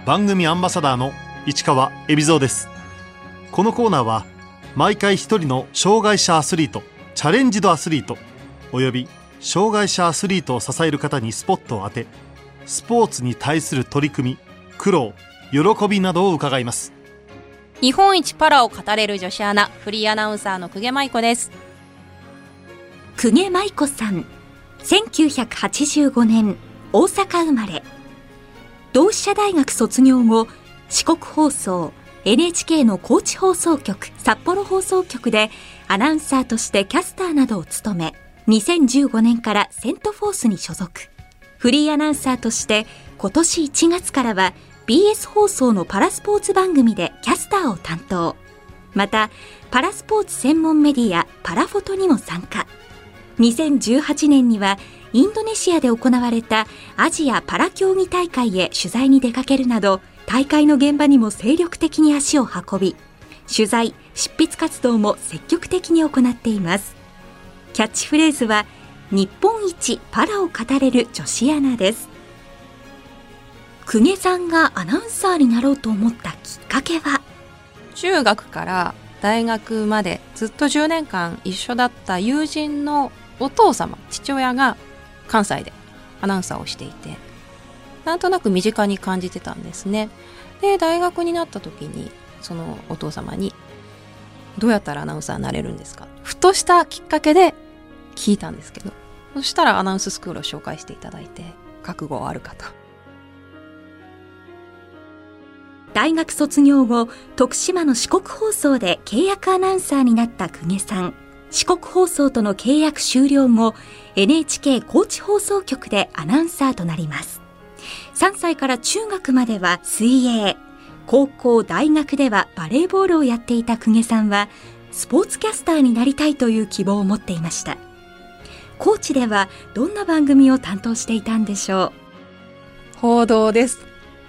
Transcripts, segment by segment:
番組アンバサダーの市川海老蔵です。このコーナーは毎回一人の障害者アスリート、チャレンジドアスリートおよび障害者アスリートを支える方にスポットを当て、スポーツに対する取り組み、苦労、喜びなどを伺います。 日本一パラを語れる女子アナ、フリーアナウンサーの久下舞子です。 久下舞子さん、1985年大阪生まれ。同志社大学卒業後、四国放送、NHK の高知放送局、札幌放送局でアナウンサーとしてキャスターなどを務め、2015年からセントフォースに所属。フリーアナウンサーとして今年1月からは BS 放送のパラスポーツ番組でキャスターを担当。またパラスポーツ専門メディアパラフォトにも参加。2018年にはインドネシアで行われたアジアパラ競技大会へ取材に出かけるなど、大会の現場にも精力的に足を運び、取材・執筆活動も積極的に行っています。キャッチフレーズは日本一パラを語れる女子アナです。久下さんがアナウンサーになろうと思ったきっかけは、 中学から大学までずっと10年間一緒だった友人のお父様、父親が関西でアナウンサーをしていて、なんとなく身近に感じてたんですね。で、大学になった時にそのお父様に、どうやったらアナウンサーになれるんですか、ふとしたきっかけで聞いたんですけど、そしたらアナウンススクールを紹介していただいて、覚悟はあるかと。 大学卒業後、徳島の四国放送で契約アナウンサーになった久下さん。四国放送との契約終了後、NHK 高知放送局でアナウンサーとなります。3歳から中学までは水泳、高校・大学ではバレーボールをやっていた久下さんは、スポーツキャスターになりたいという希望を持っていました。高知ではどんな番組を担当していたんでしょう。報道です。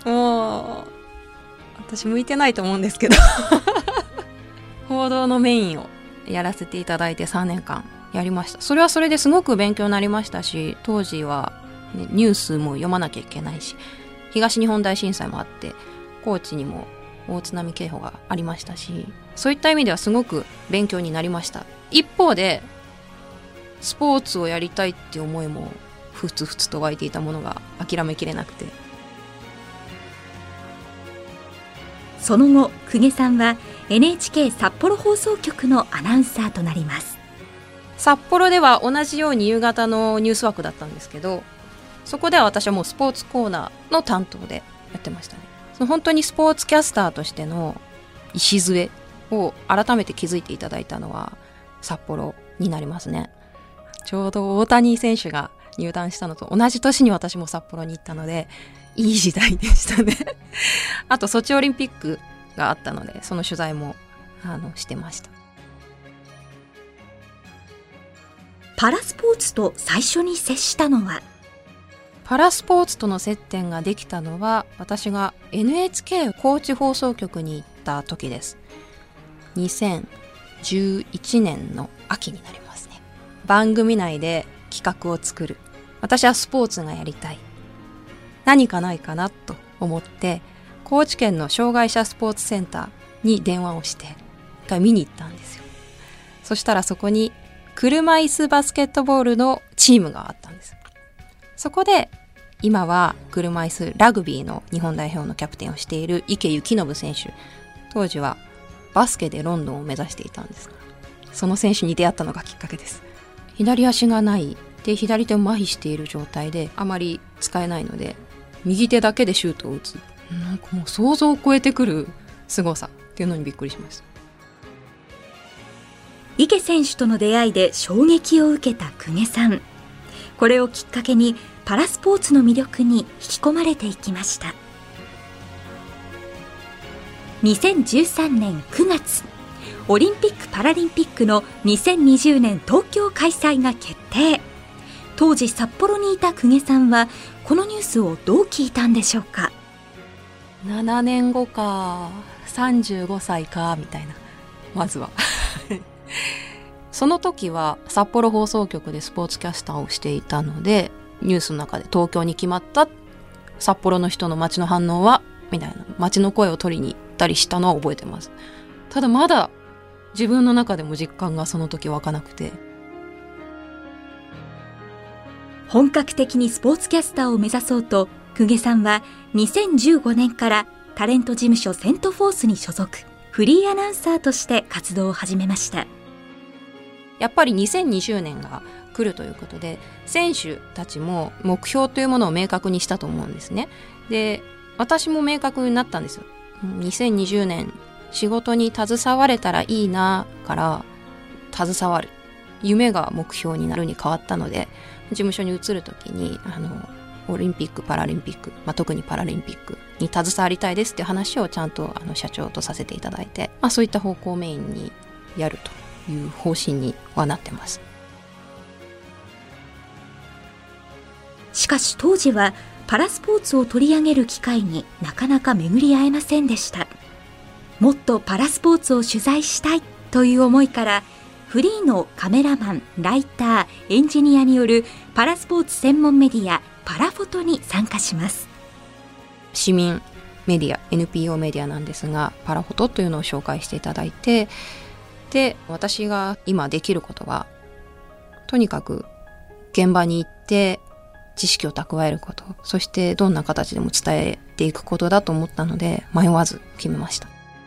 私向いてないと思うんですけど報道のメインをやらせていただいて3年間やりました。それはそれですごく勉強になりましたし、当時は、ね、ニュースも読まなきゃいけないし、東日本大震災もあって高知にも大津波警報がありましたし、そういった意味ではすごく勉強になりました。一方でスポーツをやりたいっていう思いもふつふつと湧いていたものが諦めきれなくて、 その後、久下さんは NHK 札幌放送局のアナウンサーとなります。 札幌では同じように夕方のニュース枠だったんですけど、そこでは私はもうスポーツコーナーの担当でやってましたね。その本当にスポーツキャスターとしての礎を改めて気づいていただいたのは札幌になりますね。ちょうど大谷選手が入団したのと同じ年に私も札幌に行ったので、いい時代でしたねあとソチオリンピックがあったので、その取材もしてました。 パラスポーツと最初に接したのは、 パラスポーツとの接点ができたのは、私が NHK 高知放送局に行った時です。2011年の秋になりますね。番組内で企画を作る。私はスポーツがやりたい。何かないかなと思って、高知県の障害者スポーツセンターに電話をして一回見に行ったんですよ。そしたらそこに車椅子バスケットボールのチームがあったんです。そこで今は車椅子ラグビーの日本代表のキャプテンをしている池幸信選手、当時はバスケでロンドンを目指していたんですが、その選手に出会ったのがきっかけです。左足がないで、左手を麻痺している状態であまり使えないので、右手だけでシュートを打つ、なんかもう想像を超えてくる凄さっていうのにびっくりしました。 池選手との出会いで衝撃を受けた久下さん。これをきっかけにパラスポーツの魅力に引き込まれていきました。2013年9月、オリンピック・パラリンピックの2020年東京開催が決定。当時札幌にいた久下さんはこのニュースをどう聞いたんでしょうか。 7年後か、35歳かみたいな、まずはその時は札幌放送局でスポーツキャスターをしていたので、ニュースの中で東京に決まった、札幌の人の街の反応はみたいな街の声を取りに行ったりしたのは覚えてます。ただまだ自分の中でも実感がその時湧かなくて。 本格的にスポーツキャスターを目指そうと、久下さんは2015年からタレント事務所セントフォースに所属、フリーアナウンサーとして活動を始めました。 やっぱり2020年が来るということで、選手たちも目標というものを明確にしたと思うんですね。で、私も明確になったんですよ。2020年仕事に携われたらいいなから携わる、夢が目標になるに変わったので、事務所に移るときにオリンピックパラリンピック、特にパラリンピックに携わりたいですっていう話をちゃんと社長とさせていただいて、そういった方向をメインにやるという方針にはなってます。 しかし当時はパラスポーツを取り上げる機会になかなか巡り合えませんでした。もっとパラスポーツを取材したいという思いから、フリーのカメラマン、ライター、エンジニアによるパラスポーツ専門メディアパラフォトに参加します。 市民メディア NPO メディアなんですが、パラフォトというのを紹介していただいて、で私が今できることはとにかく現場に行って知識を蓄えること、そしてどんな形でも伝えていくことだと思ったので、迷わず決めました。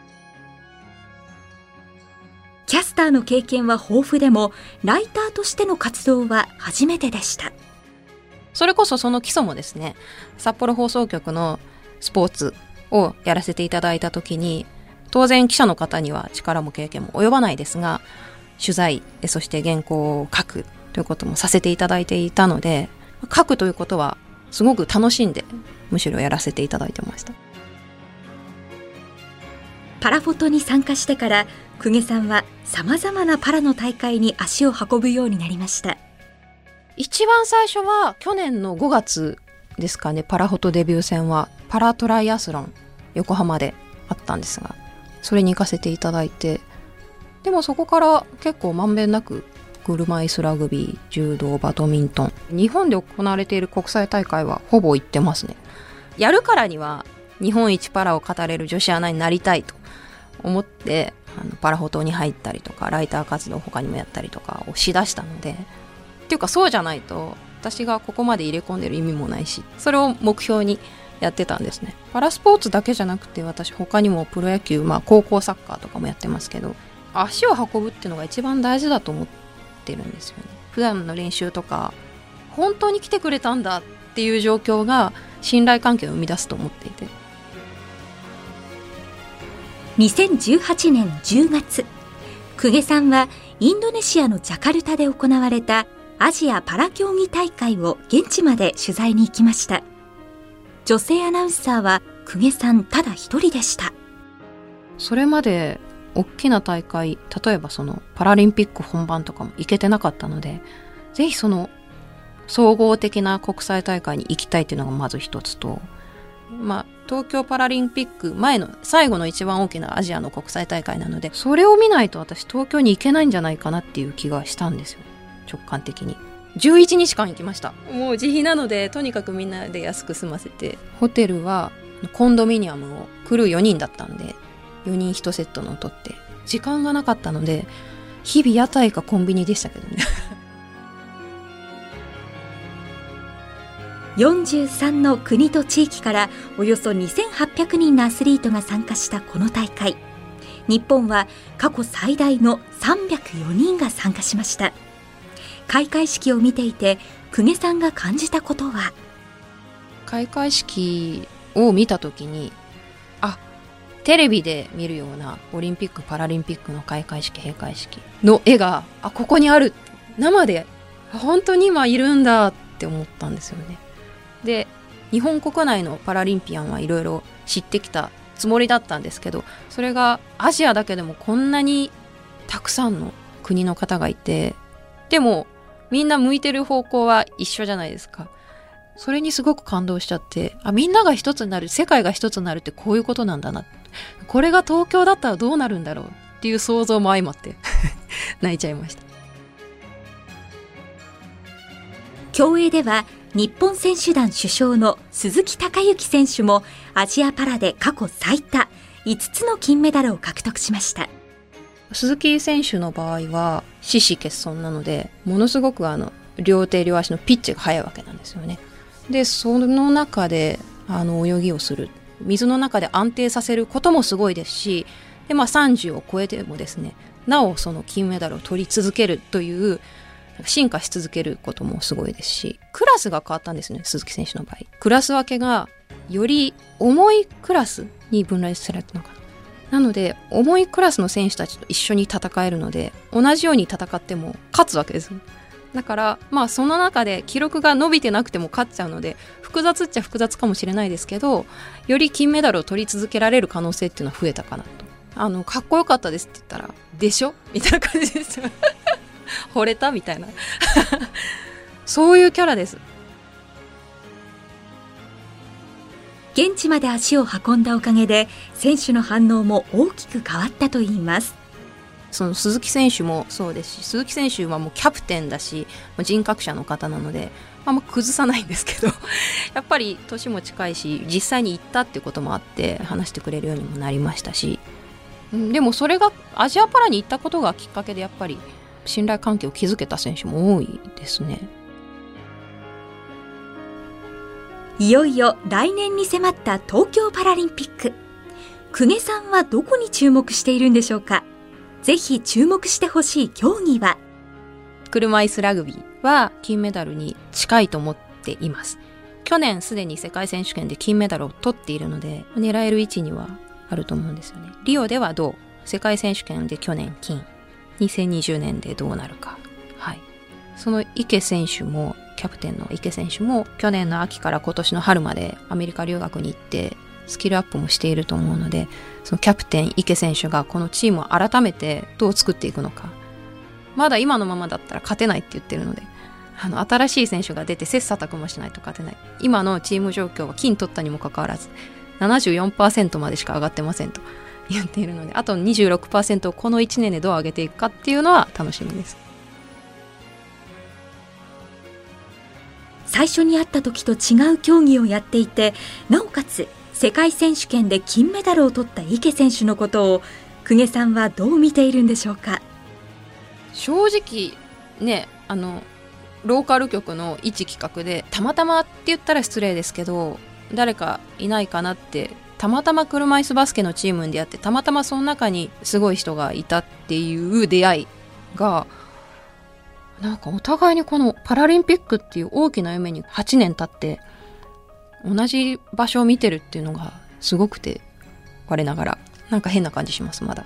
キャスターの経験は豊富でも、ライターとしての活動は初めてでした。 それこそその基礎もですね、札幌放送局のスポーツをやらせていただいた時に、当然記者の方には力も経験も及ばないですが、取材、そして原稿を書くということもさせていただいていたので、書くということはすごく楽しんで、むしろやらせていただいてました。 パラフォトに参加してから、久下さんは様々なパラの大会に足を運ぶようになりました。 一番最初は去年の5月ですかね、パラフォトデビュー戦はパラトライアスロン横浜であったんですが、それに行かせていただいて、でもそこから結構まんべんなく車椅子ラグビー、柔道、バドミントン、日本で行われている国際大会はほぼ行ってますね。やるからには日本一パラを語れる女子アナになりたいと思って、パラフォトに入ったりとか、ライター活動を他にもやったりとかをしだしたので、っていうかそうじゃないと私がここまで入れ込んでる意味もないし、それを目標にやってたんですね。パラスポーツだけじゃなくて、私他にもプロ野球、高校サッカーとかもやってますけど、足を運ぶっていうのが一番大事だと思ってるんですよね。普段の練習とか本当に来てくれたんだっていう状況が信頼関係を生み出すと思っていて、 2018年10月、久下さんはインドネシアのジャカルタで行われたアジアパラ競技大会を現地まで取材に行きました。女性アナウンサーは久下さんただ一人でした。 それまで大きな大会、例えばそのパラリンピック本番とかも行けてなかったので、ぜひその総合的な国際大会に行きたいっていうのがまず一つと、東京パラリンピック前の最後の一番大きなアジアの国際大会なので、それを見ないと私東京に行けないんじゃないかなっていう気がしたんですよ、直感的に。11日間行きました。もう自費なので、とにかくみんなで安く済ませて、ホテルはコンドミニアムをクルー4人だったんで、4人1セットのを取って、時間がなかったので日々屋台かコンビニでしたけどね 43の国と地域からおよそ2800人のアスリートが参加したこの大会、日本は過去最大の304人が参加しました。開会式を見ていて久下さんが感じたことは、 開会式を見た時に、テレビで見るようなオリンピック・パラリンピックの開会式・閉会式の絵がここにある、生で本当に今いるんだって思ったんですよね。で、日本国内のパラリンピアンはいろいろ知ってきたつもりだったんですけど、それがアジアだけでもこんなにたくさんの国の方がいて、でもみんな向いてる方向は一緒じゃないですか。それにすごく感動しちゃって、みんなが一つになる、世界が一つになるってこういうことなんだな、これが東京だったらどうなるんだろうっていう想像も相まって泣いちゃいました。 競泳では日本選手団主将の鈴木孝幸選手もアジアパラで過去最多5つの金メダルを獲得しました。 鈴木選手の場合は四肢欠損なので、ものすごく両手両足のピッチが速いわけなんですよね。でその中で泳ぎをする、水の中で安定させることもすごいですし、で、30を超えてもですね、なおその金メダルを取り続けるという進化し続けることもすごいですし、クラスが変わったんですね、鈴木選手の場合。クラス分けがより重いクラスに分類されたのかな。なので重いクラスの選手たちと一緒に戦えるので、同じように戦っても勝つわけです。だからその中で記録が伸びてなくても勝っちゃうので、複雑っちゃ複雑かもしれないですけど、より金メダルを取り続けられる可能性っていうのは増えたかなと。かっこよかったですって言ったら、でしょみたいな感じですよ惚れたみたいなそういうキャラです。 現地まで足を運んだおかげで選手の反応も大きく変わったといいます。 その鈴木選手もそうですし、鈴木選手はもうキャプテンだし人格者の方なので、崩さないんですけどやっぱり年も近いし、実際に行ったっていうこともあって話してくれるようにもなりましたし、でもそれがアジアパラに行ったことがきっかけで、やっぱり信頼関係を築けた選手も多いですね。 いよいよ来年に迫った東京パラリンピック、久下さんはどこに注目しているんでしょうか。ぜひ注目してほしい競技は。 車椅子ラグビーは金メダルに近いと思っています。去年すでに世界選手権で金メダルを取っているので、狙える位置にはあると思うんですよね。リオでは銅、世界選手権で去年金、2020年でどうなるか。はい。その池選手も、キャプテンの池選手も去年の秋から今年の春までアメリカ留学に行ってスキルアップもしていると思うので、そのキャプテン池選手がこのチームを改めてどう作っていくのか。まだ今のままだったら勝てないって言ってるので、新しい選手が出て切磋琢磨しないと勝てない。今のチーム状況は金取ったにもかかわらず 74% までしか上がってませんと言っているので、あと 26% をこの1年でどう上げていくかっていうのは楽しみです。 最初に会った時と違う競技をやっていて、なおかつ世界選手権で金メダルを取った池選手のことを久下さんはどう見ているんでしょうか。 正直ね、ローカル局の一企画でたまたまって言ったら失礼ですけど、誰かいないかなって、たまたま車椅子バスケのチームに出会って、たまたまその中にすごい人がいたっていう出会いが、なんかお互いにこのパラリンピックっていう大きな夢に8年経って同じ場所を見てるっていうのがすごくて、我ながらなんか変な感じします。まだ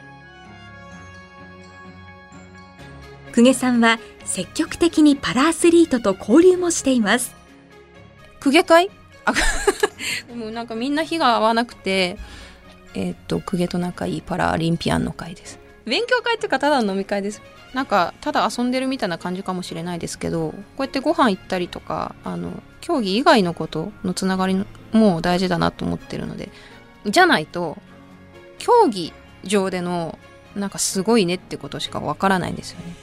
久下さんは積極的にパラアスリートと交流もしています。 公家会もうなんかみんな日が合わなくて、公家と仲いいパラリンピアンの会です。勉強会っていうかただの飲み会です。なんかただ遊んでるみたいな感じかもしれないですけど、こうやってご飯行ったりとか、競技以外のことのつながりも大事だなと思ってるので、じゃないと競技場でのなんかすごいねってことしかわからないんですよね。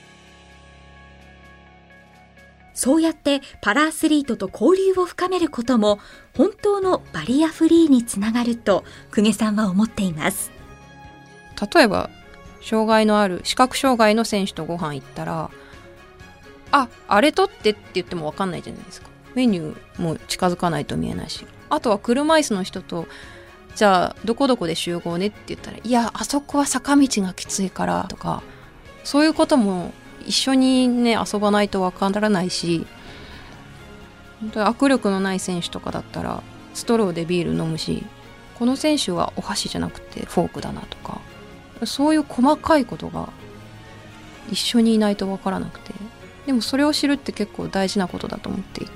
そうやってパラアスリートと交流を深めることも本当のバリアフリーにつながると久下さんは思っています。 例えば障害のある視覚障害の選手とご飯行ったら、あれ取ってって言っても分かんないじゃないですか。メニューも近づかないと見えないし、あとは車椅子の人とじゃあどこどこで集合ねって言ったら、いやあそこは坂道がきついからとか、そういうことも一緒にね遊ばないと分からないし、本当に握力のない選手とかだったらストローでビール飲むし、この選手はお箸じゃなくてフォークだなとか、そういう細かいことが一緒にいないと分からなくて、でもそれを知るって結構大事なことだと思っていて、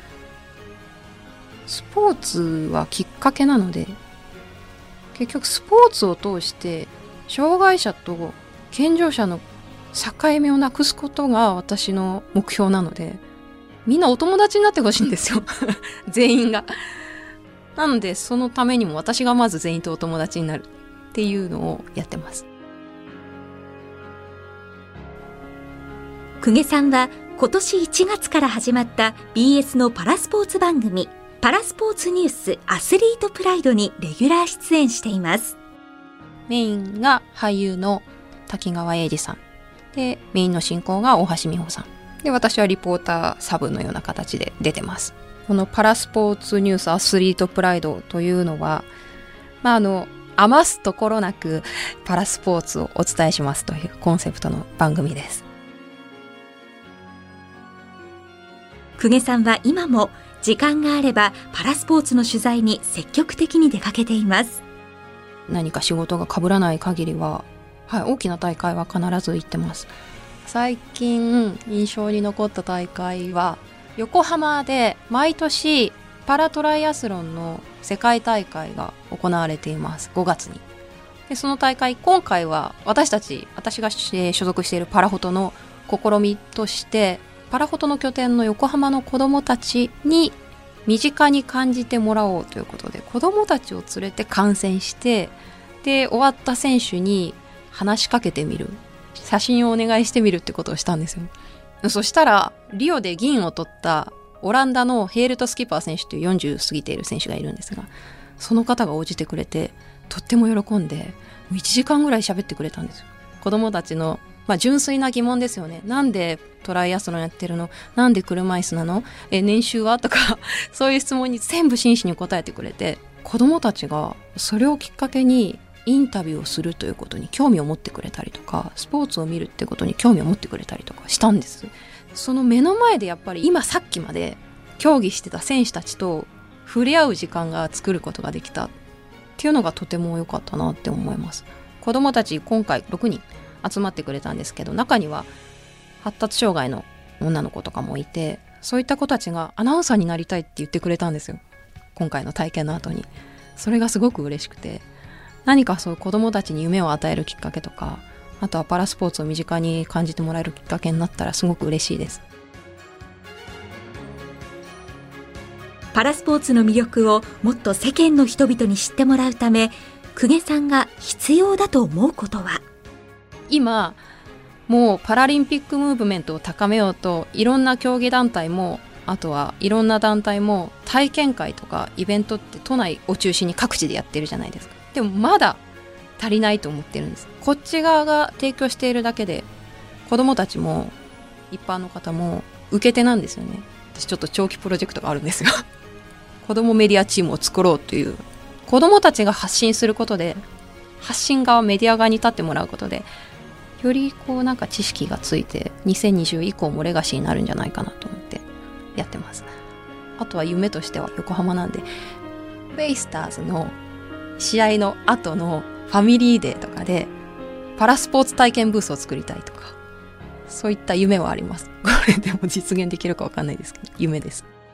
スポーツはきっかけなので、結局スポーツを通して障害者と健常者の境目をなくすことが私の目標なので、みんなお友達になってほしいんですよ全員が。なのでそのためにも私がまず全員とお友達になるっていうのをやってます。 久下さんは今年1月から始まった BS のパラスポーツ番組パラスポーツニュースアスリートプライドにレギュラー出演しています。 メインが俳優の滝川英二さんで、メインの進行が大橋美穂さんで、私はリポーターサブのような形で出てます。このパラスポーツニュースアスリートプライドというのは、余すところなくパラスポーツをお伝えしますというコンセプトの番組です。 久下さんは今も時間があればパラスポーツの取材に積極的に出かけています。 何か仕事が被らない限りは、大きな大会は必ず行ってます。最近印象に残った大会は横浜で毎年パラトライアスロンの世界大会が行われています。5月に。でその大会、今回は私が所属しているパラフォトの試みとして、パラフォトの拠点の横浜の子どもたちに身近に感じてもらおうということで、子どもたちを連れて観戦して、で終わった選手に話しかけてみる、写真をお願いしてみるってことをしたんですよ。そしたらリオで銀を取ったオランダのヘールト・スキッパー選手という40過ぎている選手がいるんですが、その方が応じてくれて、とっても喜んで1時間ぐらい喋ってくれたんですよ。子どもたちの純粋な疑問ですよね。なんでトライアスロンやってるの？なんで車椅子なの？年収は？とかそういう質問に全部真摯に答えてくれて、子どもたちがそれをきっかけにインタビューをするということに興味を持ってくれたりとか、スポーツを見るってことに興味を持ってくれたりとかしたんです。その目の前でやっぱり今さっきまで競技してた選手たちと触れ合う時間が作ることができたっていうのがとても良かったなって思います。子どもたち今回6人集まってくれたんですけど、中には発達障害の女の子とかもいて、そういった子たちがアナウンサーになりたいって言ってくれたんですよ、今回の体験の後に。それがすごく嬉しくて、何かそういう子どもたちに夢を与えるきっかけとか、あとはパラスポーツを身近に感じてもらえるきっかけになったらすごく嬉しいです。 パラスポーツの魅力をもっと世間の人々に知ってもらうため、久下さんが必要だと思うことは？ 今もうパラリンピックムーブメントを高めようと、いろんな競技団体も、あとはいろんな団体も体験会とかイベントって都内を中心に各地でやってるじゃないですか。でもまだ足りないと思ってるんです。こっち側が提供しているだけで、子どもたちも一般の方も受け手なんですよね。私ちょっと長期プロジェクトがあるんですが子どもメディアチームを作ろうという、子どもたちが発信することで、発信側メディア側に立ってもらうことで、よりなんか知識がついて2020以降もレガシーになるんじゃないかなと思ってやってます。あとは夢としては横浜なんで、ベイスターズの試合の後のファミリーデーとかでパラスポーツ体験ブースを作りたいとか、そういった夢はあります。これでも実現できるか分かんないですけど、夢です。